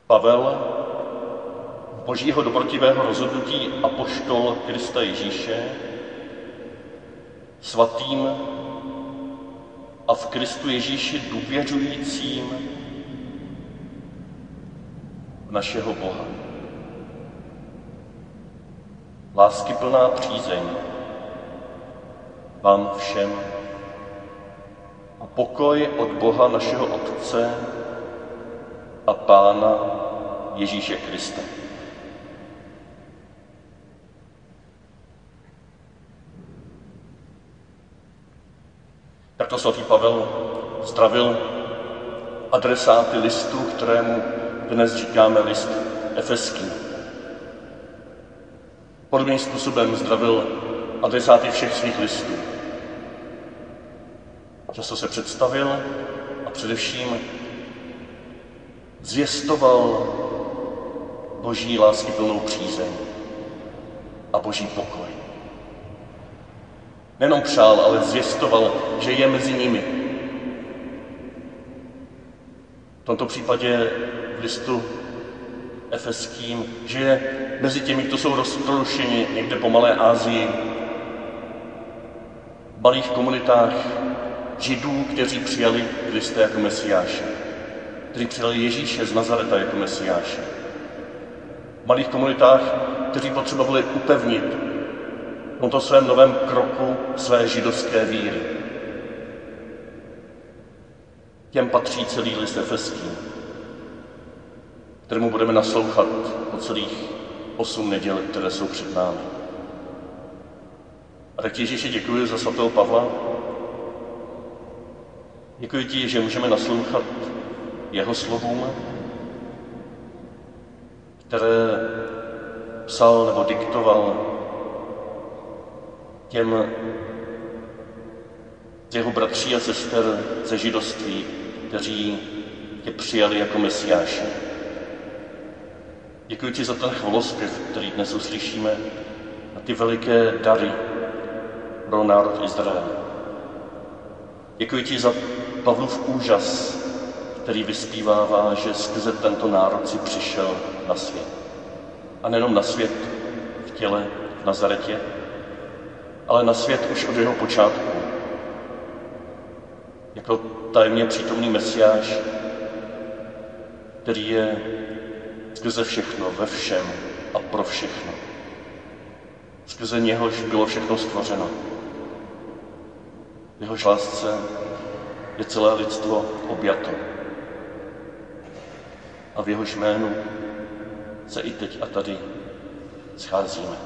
Pavel, božího dobrotivého rozhodnutí apoštol Krista Ježíše, svatým a v Kristu Ježíši důvěřujícím v našeho Boha. Láskyplná přízeň vám všem a pokoj od Boha našeho Otce a Pána Ježíše Krista. Takto svatý Pavel zdravil adresáty listu, kterému dnes říkáme list efeský. Podobným způsobem zdravil adresáty všech svých listů. Často se představil a především zvěstoval boží láskyplnou přízeň a boží pokoj. Nenom přál, ale zvěstoval, že je mezi nimi. V tomto případě v listu efeským, že je mezi těmi, kdo jsou roztroušeni někde po Malé Asii, v malých komunitách Židů, kteří přijali Krista jako Mesiáše, kteří přijali Ježíše z Nazareta jako Mesiáše. V malých komunitách, kteří potřebovali upevnit v tomto svém novém kroku své židovské víry. Těm patří celý list efeský, kterému budeme naslouchat po celých 8 neděl, které jsou před námi. A tak Ježíši děkuji za svatého Pavla. Děkuji ti, že můžeme naslouchat jeho slovům, které psal nebo diktoval těm z jeho bratří a sester ze židovství, kteří tě přijali jako Mesiáše. Děkuji ti za ten chvalospěv, který dnes uslyšíme, a ty veliké dary pro národ Izraele. Děkuji ti za Pavlův úžas, který vyspívává, že skrze tento národ si přišel na svět. A nejenom na svět v těle v Nazaretě, ale na svět už od jeho počátku. Jako tajemně přítomný Mesiáš, který je skrze všechno, ve všem a pro všechno. Skrze něhož bylo všechno stvořeno. V jehož lásce je celé lidstvo objato. A v jehož jménu se i teď a tady scházíme.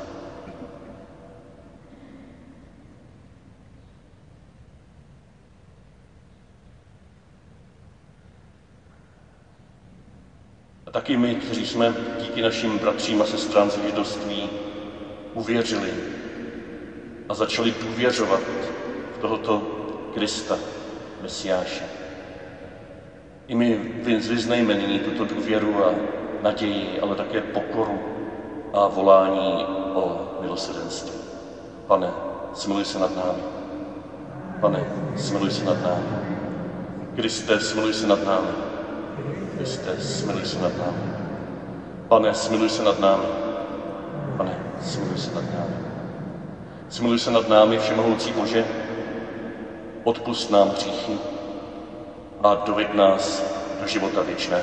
A taky my, kteří jsme díky našim bratřím a sestrám z židovství uvěřili a začali důvěřovat v tohoto Krista, Mesiáše. I my vyznejme nyní tuto důvěru a naději, ale také pokoru a volání o milosrdenství. Pane, smiluj se nad námi. Pane, smiluj se nad námi. Kriste, smiluj se nad námi. Kriste, smiluj se nad námi. Pane, smiluj se nad námi. Pane, smiluj se nad námi. Smiluj se nad námi, všemohoucí Bože, odpusť nám hříchy a doveď nás do života věčného.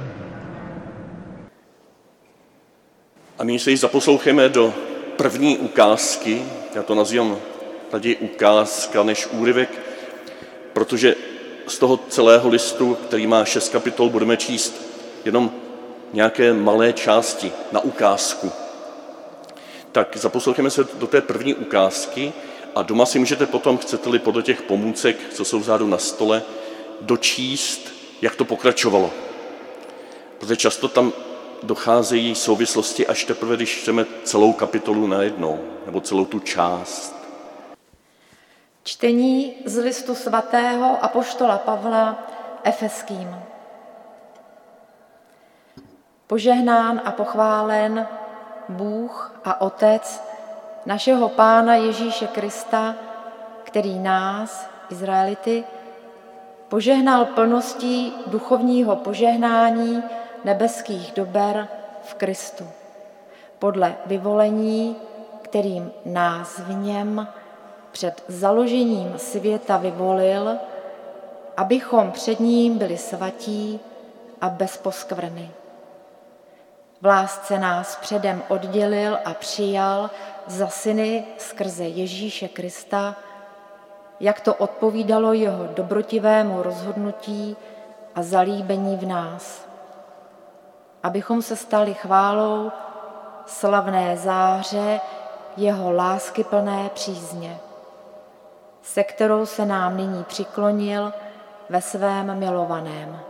A nyní se již zaposloucháme do první ukázky, já to nazývám raději ukázka než úryvek, protože z toho celého listu, který má 6 kapitol, budeme číst jenom nějaké malé části na ukázku. Tak zaposloucháme se do té první ukázky a doma si můžete potom, chcete-li podle těch pomůcek, co jsou vzadu na stole, dočíst, jak to pokračovalo. Protože často tam docházejí souvislosti až teprve, když čteme celou kapitolu najednou, nebo celou tu část. Čtení z listu svatého apoštola Pavla Efeským. Požehnán a pochválen Bůh a Otec našeho Pána Ježíše Krista, který nás, Izraelity, požehnal plností duchovního požehnání nebeských dober v Kristu, podle vyvolení, kterým nás v něm před založením světa vyvolil, abychom před ním byli svatí a bez poskvrny. V lásce nás předem oddělil a přijal za syny skrze Ježíše Krista, jak to odpovídalo jeho dobrotivému rozhodnutí a zalíbení v nás, abychom se stali chválou slavné záře jeho láskyplné přízně, se kterou se nám nyní přiklonil ve svém milovaném.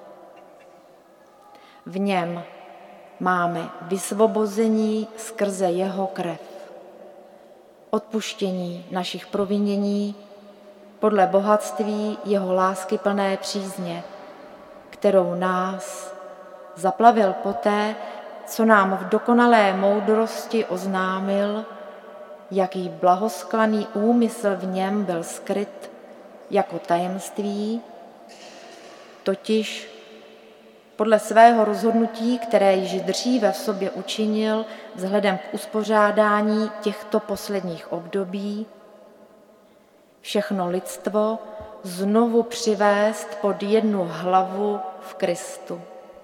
V něm máme vysvobození skrze jeho krev, odpuštění našich provinění podle bohatství jeho láskyplné přízně, kterou nás zaplavil poté, co nám v dokonalé moudrosti oznámil, jaký blahosklaný úmysl v něm byl skryt jako tajemství, totiž podle svého rozhodnutí, které již dříve v sobě učinil vzhledem k uspořádání těchto posledních období, všechno lidstvo znovu přivést pod jednu hlavu v Kristu.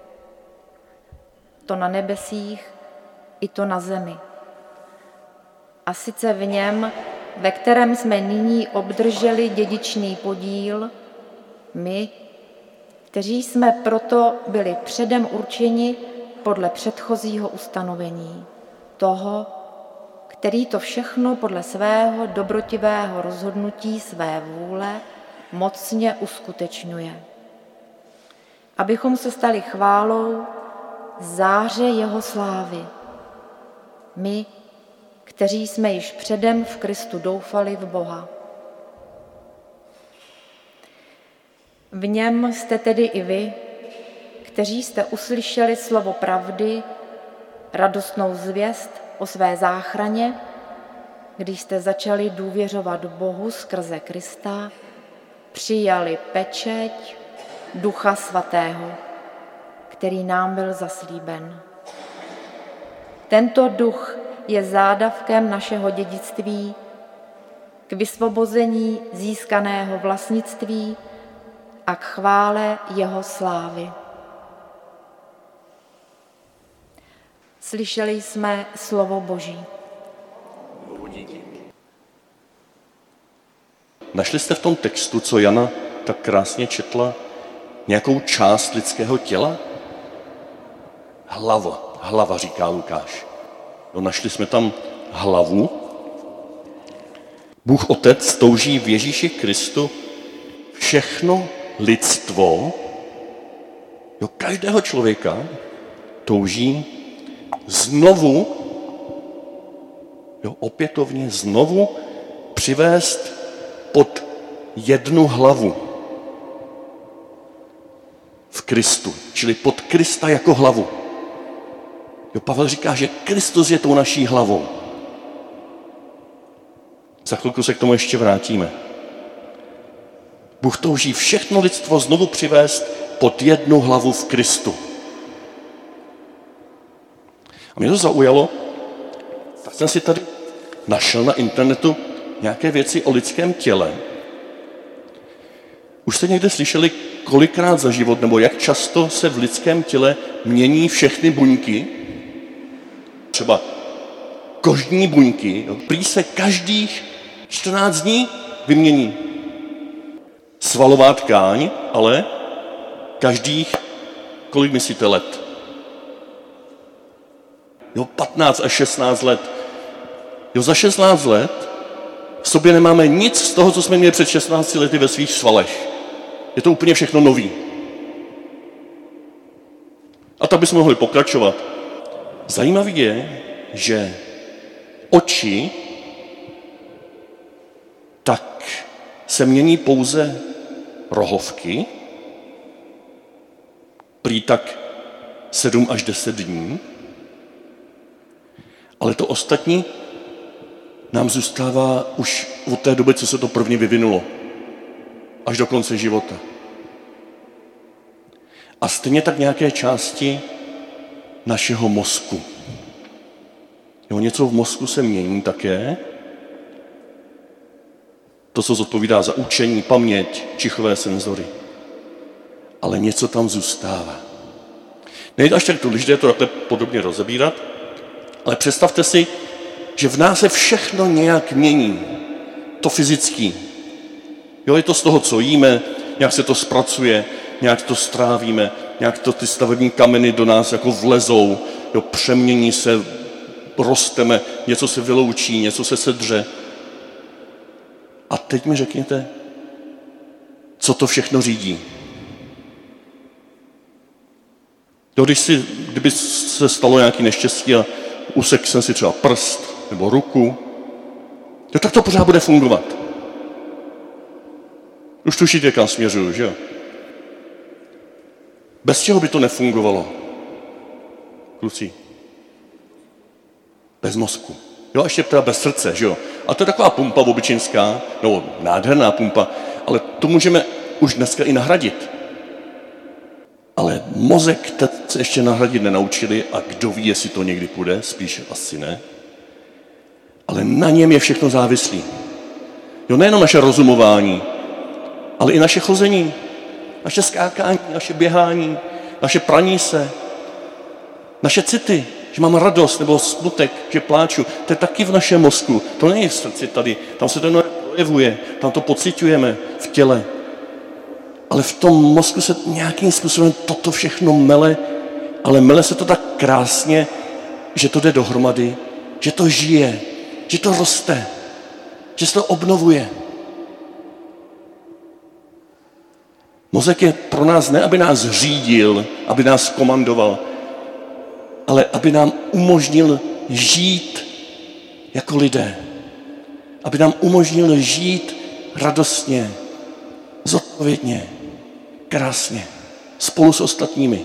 To na nebesích i to na zemi. A sice v něm, ve kterém jsme nyní obdrželi dědičný podíl, my, kteří jsme proto byli předem určeni podle předchozího ustanovení, toho, který to všechno podle svého dobrotivého rozhodnutí své vůle mocně uskutečňuje. Abychom se stali chválou záře jeho slávy. My, kteří jsme již předem v Kristu doufali v Boha. V něm jste tedy i vy, kteří jste uslyšeli slovo pravdy, radostnou zvěst o své záchraně, když jste začali důvěřovat Bohu skrze Krista, přijali pečeť Ducha Svatého, který nám byl zaslíben. Tento duch je zádavkem našeho dědictví k vysvobození získaného vlastnictví a k chvále jeho slávy. Slyšeli jsme slovo Boží. Našli jste v tom textu, co Jana tak krásně četla, nějakou část lidského těla? Hlava, říká Lukáš. No, našli jsme tam hlavu. Bůh Otec touží v Ježíši Kristu všechno lidstvo, každého člověka touží opětovně znovu přivést pod jednu hlavu v Kristu, čili pod Krista jako hlavu. Pavel říká, že Kristus je tou naší hlavou. Za chvilku se k tomu ještě vrátíme. Bůh touží všechno lidstvo znovu přivést pod jednu hlavu v Kristu. A mě to zaujalo, tak jsem si tady našel na internetu nějaké věci o lidském těle. Už jste někde slyšeli, kolikrát za život, nebo jak často se v lidském těle mění všechny buňky? Třeba kožní buňky, prý se každých 14 dní vymění. Svalová tkáň, ale každých, kolik myslíte let? 15 až 16 let. Za 16 let v sobě nemáme nic z toho, co jsme měli před 16 lety ve svých svalech. Je to úplně všechno nový. A tak bychom mohli pokračovat. Zajímavé je, že oči tak se mění pouze rohovky, prý tak 7 až 10 dní, ale to ostatní nám zůstává už od té doby, co se to první vyvinulo, až do konce života. A stejně tak nějaké části našeho mozku. Jo, něco v mozku se mění také. To, co zodpovídá za učení, paměť, čichové senzory. Ale něco tam zůstává. Nejde až tak důležité to takhle podobně rozebírat, ale představte si, že v nás se všechno nějak mění. To fyzický. Jo, je to z toho, co jíme, nějak se to zpracuje, nějak to strávíme, nějak to ty stavební kameny do nás jako vlezou, jo, přemění se, rosteme, něco se vyloučí, něco se sedře. A teď mi řekněte, co to všechno řídí. Jo, kdyby se stalo nějaké neštěstí a usekl jsem si třeba prst nebo ruku, jo, tak to pořád bude fungovat. Už tušíte, kam směřuju, že jo? Bez čeho by to nefungovalo? Kluci. Bez mozku. Jo, ještě teda bez srdce, že jo? A to je taková pumpa obyčejnská, nebo nádherná pumpa, ale to můžeme už dneska i nahradit. Ale mozek se ještě nahradit nenaučili a kdo ví, jestli to někdy půjde, spíš asi ne. Ale na něm je všechno závislý. Jo, nejenom naše rozumování, ale i naše chození, naše skákání, naše běhání, naše praní se, naše city, že mám radost nebo smutek, že pláču, to je taky v našem mozku, to není v srdci tady, tam se to projevuje, tam to pociťujeme v těle. Ale v tom mozku se nějakým způsobem toto všechno mele, ale mele se to tak krásně, že to jde dohromady, že to žije, že to roste, že se to obnovuje. Mozek je pro nás ne, aby nás řídil, aby nás komandoval, ale aby nám umožnil žít jako lidé. Aby nám umožnil žít radostně, zodpovědně, krásně, spolu s ostatními.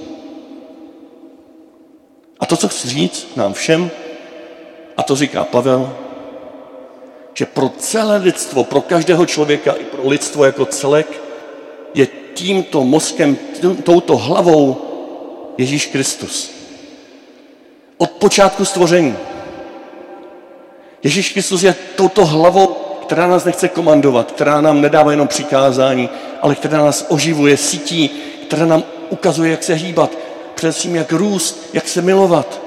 A to, co chci říct nám všem, a to říká Pavel, že pro celé lidstvo, pro každého člověka i pro lidstvo jako celek je tímto mozkem, touto hlavou Ježíš Kristus. Od počátku stvoření. Ježíš Kristus je touto hlavou, která nás nechce komandovat, která nám nedává jenom přikázání, ale která nás oživuje, sytí, která nám ukazuje, jak se hýbat, především jak růst, jak se milovat.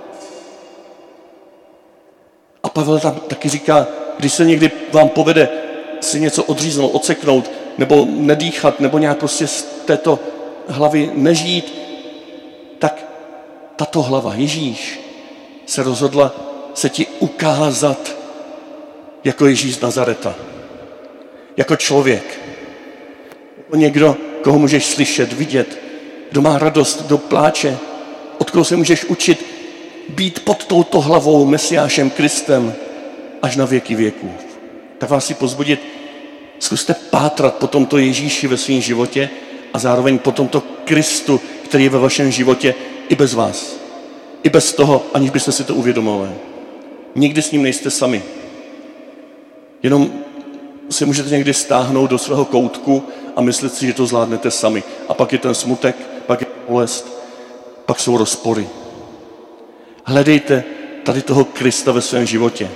A Pavel tam taky říká, když se někdy vám povede si něco odříznout, odseknout, nebo nedýchat, nebo nějak prostě z této hlavy nežít, tak tato hlava, Ježíš, se rozhodla se ti ukázat jako Ježíš z Nazareta. Jako člověk. Jako někdo, koho můžeš slyšet, vidět, kdo má radost, kdo pláče, od koho se můžeš učit být pod touto hlavou Mesiášem Kristem až na věky věků. Tak vás si pozbudit, zkuste pátrat po tomto Ježíši ve svém životě a zároveň po tomto Kristu, který je ve vašem životě i bez vás. I bez toho, aniž byste si to uvědomovali. Nikdy s ním nejste sami. Jenom si můžete někdy stáhnout do svého koutku a myslet si, že to zvládnete sami. A pak je ten smutek, pak je bolest, pak jsou rozpory. Hledejte tady toho Krista ve svém životě.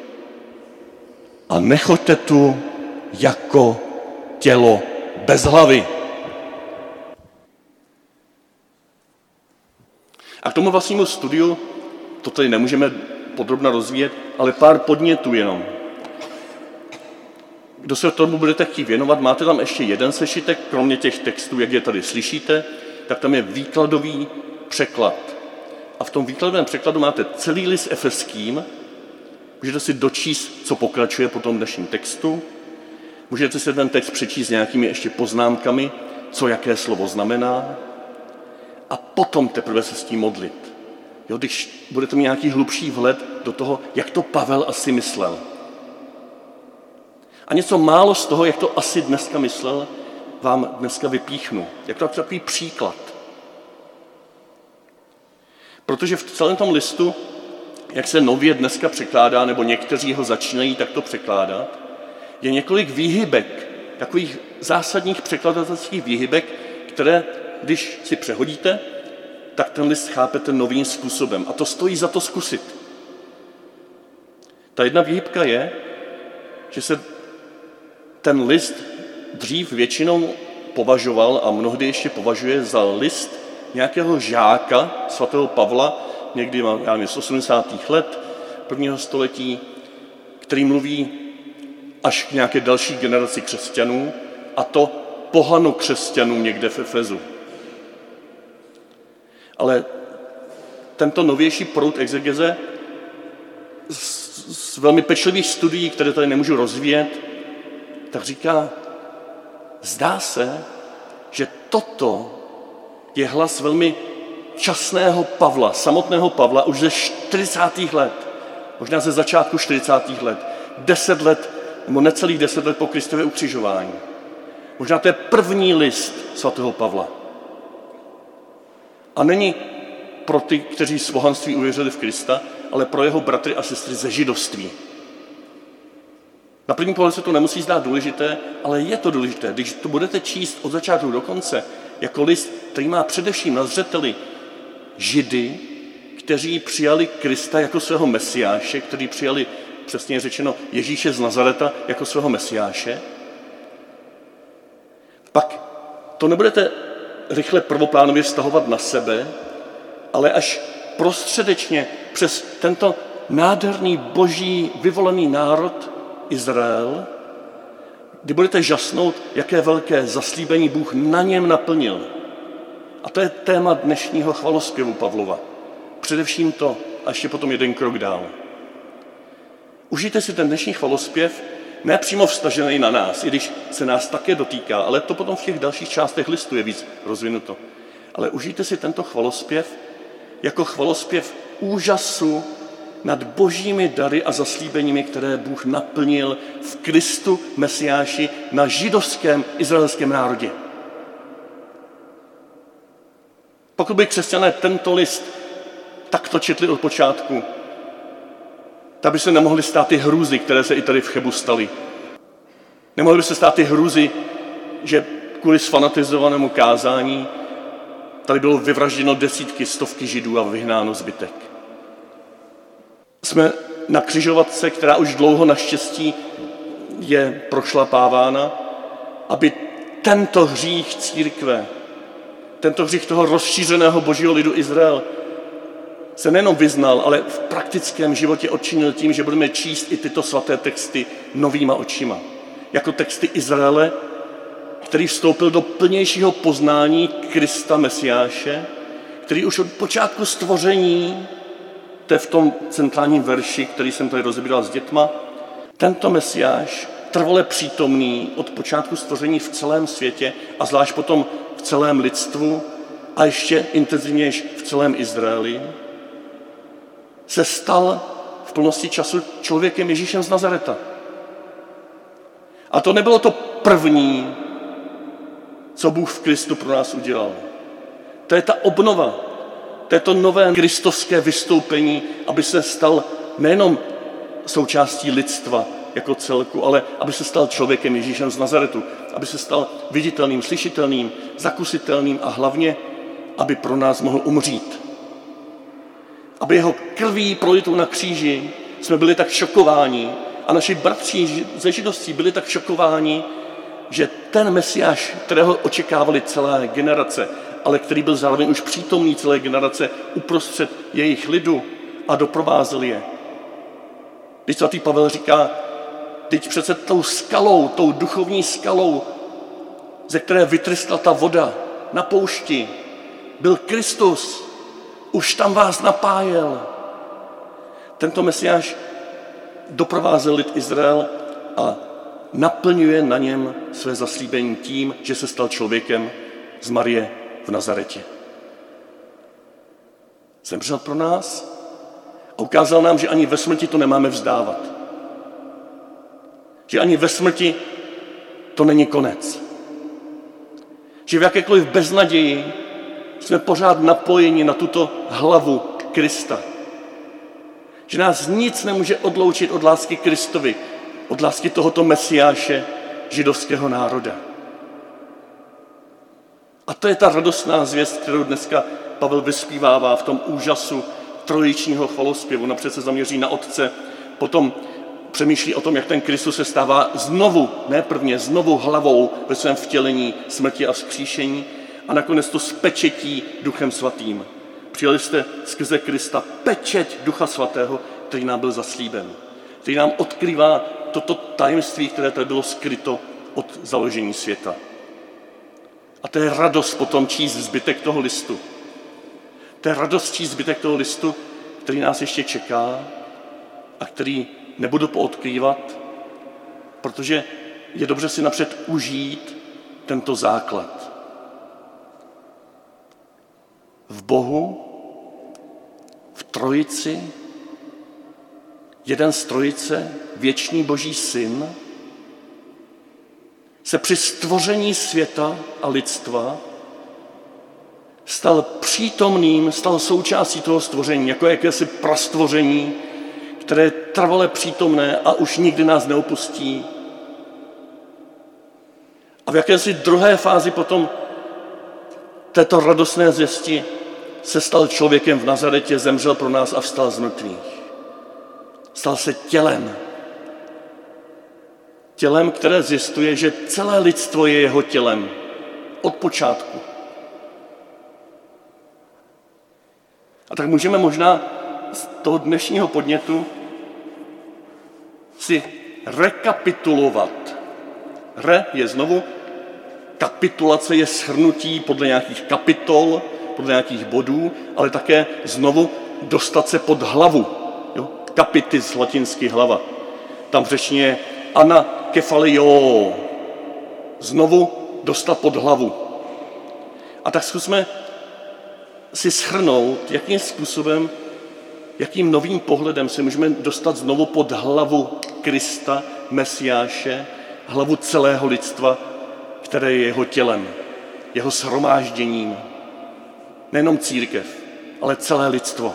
A nechoďte tu jako tělo bez hlavy. A k tomu vlastnímu studiu, to tady nemůžeme podrobně rozvíjet, ale pár podnětů jenom. Kdo se tomu budete chtít věnovat, máte tam ještě jeden sešitek, kromě těch textů, jak je tady slyšíte, tak tam je výkladový překlad. A v tom výkladovém překladu máte celý list Efeským, můžete si dočíst, co pokračuje po tom dnešním textu, můžete si ten text přečíst s nějakými ještě poznámkami, co jaké slovo znamená, a potom teprve se s tím modlit. Jo, když budete mít nějaký hlubší vhled do toho, jak to Pavel asi myslel. A něco málo z toho, jak to asi dneska myslel, vám dneska vypíchnu. Jak to takový příklad. Protože v celém tom listu, jak se nově dneska překládá, nebo někteří ho začínají takto překládat, je několik výhybek, takových zásadních překladatelských výhybek, které když si přehodíte, tak ten list chápete novým způsobem. A to stojí za to zkusit. Ta jedna výhybka je, že se ten list dřív většinou považoval a mnohdy ještě považuje za list nějakého žáka svatého Pavla, někdy z 80. let prvního století, který mluví až k nějaké další generaci křesťanů, a to pohanu křesťanů někde v Efezu. Ale tento novější proud exegeze z velmi pečlivých studií, které tady nemůžu rozvíjet, tak říká, zdá se, že toto je hlas velmi časného Pavla, samotného Pavla, už ze 40. let, možná ze začátku 40. let, 10 let, nebo necelých 10 let po Kristově ukřižování. Možná to je první list svatého Pavla. A není pro ty, kteří z pohanství uvěřili v Krista, ale pro jeho bratry a sestry ze židovství. Na první pohled se to nemusí zdát důležité, ale je to důležité. Když to budete číst od začátku do konce, jako list, který má především na zřeteli Židy, kteří přijali Krista jako svého mesiáše, kteří přijali, přesně řečeno, Ježíše z Nazareta jako svého mesiáše, pak to nebudete rychle prvoplánově vztahovat na sebe, ale až prostředečně přes tento nádherný boží vyvolený národ Izrael, kdy budete žasnout, jaké velké zaslíbení Bůh na něm naplnil. A to je téma dnešního chvalospěvu Pavlova. Především to, a ještě potom jeden krok dál. Užijte si ten dnešní chvalospěv, ne přímo vztažený na nás, i když se nás také dotýká, ale to potom v těch dalších částech listu je víc rozvinuto. Ale užijte si tento chvalospěv jako chvalospěv úžasu nad božími dary a zaslíbeními, které Bůh naplnil v Kristu Mesiáši na židovském izraelském národě. Pokud by křesťané tento list takto četli od počátku, tak by se nemohly stát ty hrůzy, které se i tady v Chebu staly. Nemohly by se stát ty hrůzy, že kvůli sfanatizovanému kázání tady bylo vyvražděno desítky, stovky Židů a vyhnáno zbytek. Jsme na křižovatce, která už dlouho naštěstí je prošlapávána, aby tento hřích církve, tento hřích toho rozšířeného božího lidu Izrael se nejenom vyznal, ale v praktickém životě odčinil tím, že budeme číst i tyto svaté texty novýma očima. Jako texty Izraele, který vstoupil do plnějšího poznání Krista Mesiáše, který už od počátku stvoření, to je v tom centrálním verši, který jsem tady rozebíral s dětma, tento Mesiáš, trvale přítomný od počátku stvoření v celém světě a zvlášť potom v celém lidstvu a ještě intenzivněji v celém Izraeli, se stal v plnosti času člověkem Ježíšem z Nazareta. A to nebylo to první, co Bůh v Kristu pro nás udělal. To je ta obnova, to je to nové kristovské vystoupení, aby se stal nejenom součástí lidstva jako celku, ale aby se stal člověkem Ježíšem z Nazaretu, aby se stal viditelným, slyšitelným, zakusitelným a hlavně, aby pro nás mohl umřít. Aby jeho krví prolitou na kříži jsme byli tak šokováni a naši bratři ze židovství byli tak šokováni, že ten Mesiáš, kterého očekávali celé generace, ale který byl zároveň už přítomný celé generace uprostřed jejich lidu a doprovázel je. Když svatý Pavel říká, teď přece tou skalou, tou duchovní skalou, ze které vytrysla ta voda na poušti, byl Kristus, už tam vás napájel. Tento Mesiáš doprovázel lid Izrael a naplňuje na něm své zaslíbení tím, že se stal člověkem z Marie v Nazaretě. Zemřel pro nás a ukázal nám, že ani ve smrti to nemáme vzdávat. Že ani ve smrti to není konec. Že v jakékoliv beznaději jsme pořád napojeni na tuto hlavu Krista. Že nás nic nemůže odloučit od lásky Kristovi, od lásky tohoto Mesiáše židovského národa. A to je ta radostná zvěst, kterou dneska Pavel vyspívává v tom úžasu trojičního chvalospěvu. Napřed se zaměří na Otce, potom přemýšlí o tom, jak ten Kristus se stává znovu, ne prvně, znovu hlavou ve svém vtělení, smrti a vzkříšení a nakonec to spečetí Duchem Svatým. Přijali jste skrze Krista pečeť Ducha Svatého, který nám byl zaslíben, který nám odkrývá toto tajemství, které tady bylo skryto od založení světa. A to je radost potom číst zbytek toho listu. To je radost číst zbytek toho listu, který nás ještě čeká a který nebudu poodkrývat, protože je dobře si napřed užít tento základ. V Bohu, v Trojici, jeden z Trojice, věčný Boží Syn, se při stvoření světa a lidstva stal přítomným, stal součástí toho stvoření, jako jakési prastvoření, které je trvale přítomné a už nikdy nás neopustí. A v jakési druhé fázi potom této radostné zvěsti se stal člověkem v Nazaretě, zemřel pro nás a vstal z mrtvých. Stal se tělem. Tělem, které zjistuje, že celé lidstvo je jeho tělem. Od počátku. A tak můžeme možná z toho dnešního podnětu si rekapitulovat. Re je znovu, kapitulace je shrnutí podle nějakých kapitol, podle nějakých bodů, ale také znovu dostat se pod hlavu. Jo? Kapitis, latinsky hlava. Tam v řečtině je anakefalio. Znovu dostat pod hlavu. A tak zkusme si shrnout, jakým způsobem, jakým novým pohledem se můžeme dostat znovu pod hlavu Krista, Mesiáše, hlavu celého lidstva, které je jeho tělem, jeho shromážděním. Nejenom církev, ale celé lidstvo.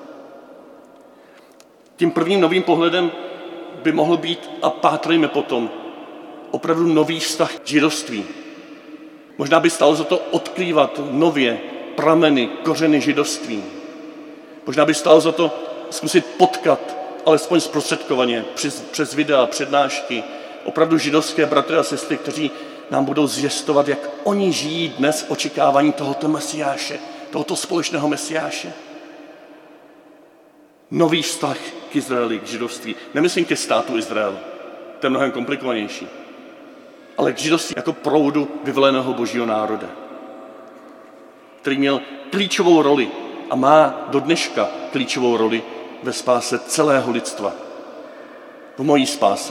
Tím prvním novým pohledem by mohl být, a pátrejme potom, opravdu nový vztah k židovství. Možná by stálo za to odkrývat nově prameny, kořeny židovství. Možná by stálo za to zkusit potkat, alespoň zprostředkovaně, přes videa, přednášky, opravdu židovské bratry a sestry, kteří nám budou zvěstovat, jak oni žijí dnes v očekávání tohoto Mesiáše, tohoto společného Mesiáše. Nový vztah k Izraeli, k židovství. Nemyslím ke státu Izrael, to je mnohem komplikovanější, ale k židovství jako proudu vyvoleného božího národa, který měl klíčovou roli a má do dneška klíčovou roli ve spáse celého lidstva. V mojí spáse.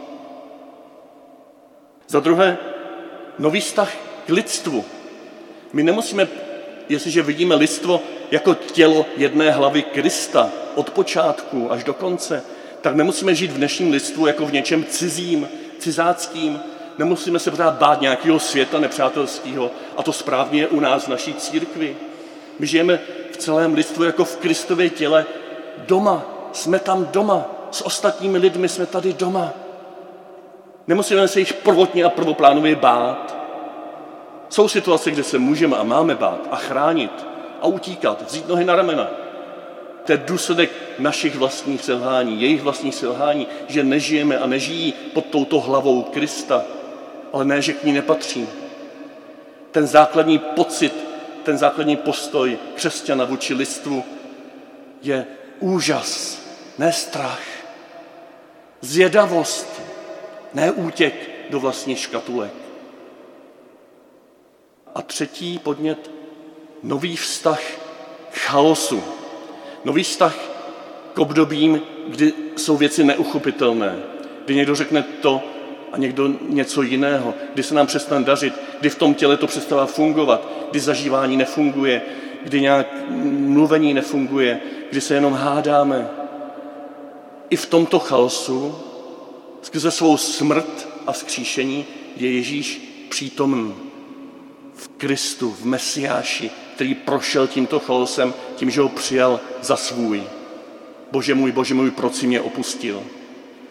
Za druhé, nový vztah k lidstvu. My nemusíme, jestliže vidíme lidstvo jako tělo jedné hlavy Krista od počátku až do konce, tak nemusíme žít v dnešním lidstvu jako v něčem cizím, cizáckým. Nemusíme se pořád bát nějakého světa nepřátelského a to správně je u nás v naší církvi. My žijeme v celém lidstvu jako v Kristově těle doma. Jsme tam doma. S ostatními lidmi jsme tady doma. Nemusíme se jich prvotně a prvoplánově bát. Jsou situace, kde se můžeme a máme bát a chránit a utíkat, vzít nohy na ramena. To je důsledek našich vlastních selhání, jejich vlastních selhání, že nežijeme a nežijí pod touto hlavou Krista, ale ne, že k ní nepatří. Ten základní pocit, ten základní postoj křesťana vůči lidstvu je úžas, ne strach, zvědavost, ne útěk do vlastních škatulek. A třetí podnět, nový vztah k chaosu. Nový vztah k obdobím, kdy jsou věci neuchopitelné, kdy někdo řekne to a někdo něco jiného, kdy se nám přestane dařit, kdy v tom těle to přestává fungovat, kdy zažívání nefunguje, kdy nějak mluvení nefunguje, kdy se jenom hádáme. I v tomto chaosu, skrze svou smrt a vzkříšení, je Ježíš přítomný v Kristu, v Mesiáši, který prošel tímto chaosem, tím, že ho přijal za svůj. Bože můj, proč jsi mě opustil?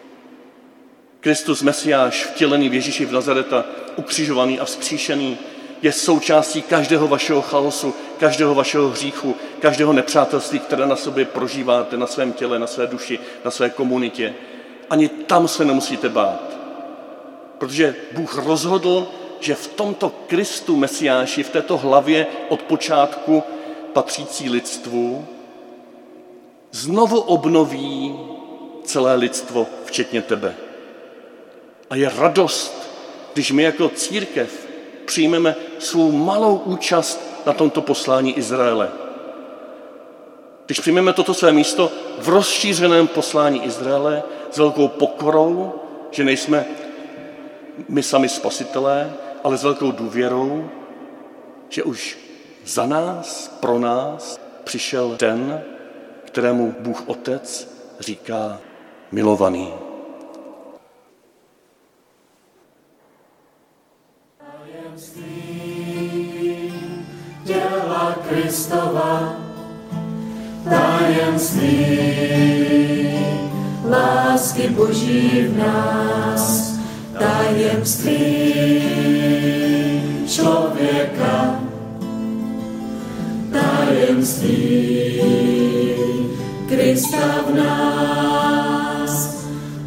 Kristus Mesiáš, vtělený v Ježíši v Nazareta, ukřižovaný a vzkříšený, je součástí každého vašeho chaosu, každého vašeho hříchu, každého nepřátelství, které na sobě prožíváte, na svém těle, na své duši, na své komunitě. Ani tam se nemusíte bát. Protože Bůh rozhodl, že v tomto Kristu Mesiáši, v této hlavě od počátku patřící lidstvu, znovu obnoví celé lidstvo, včetně tebe. A je radost, když my jako církev přijmeme svou malou účast na tomto poslání Izraele. Když přijmeme toto své místo v rozšířeném poslání Izraele s velkou pokorou, že nejsme my sami spasitelé, ale s velkou důvěrou, že už za nás, pro nás přišel ten, kterému Bůh Otec říká milovaný. Děla Kristova, tajemství lásky Boží v nás, tajemství člověka, tajemství Krista v nás.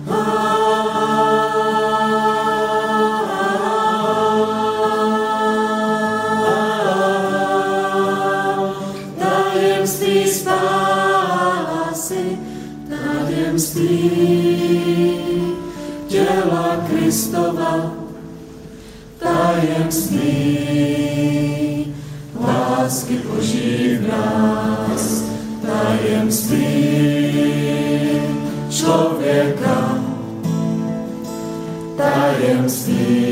Tajemství spásy, tajemství těla Kristova, tajemství lásky Boží v nás, tajemství člověka, tajemství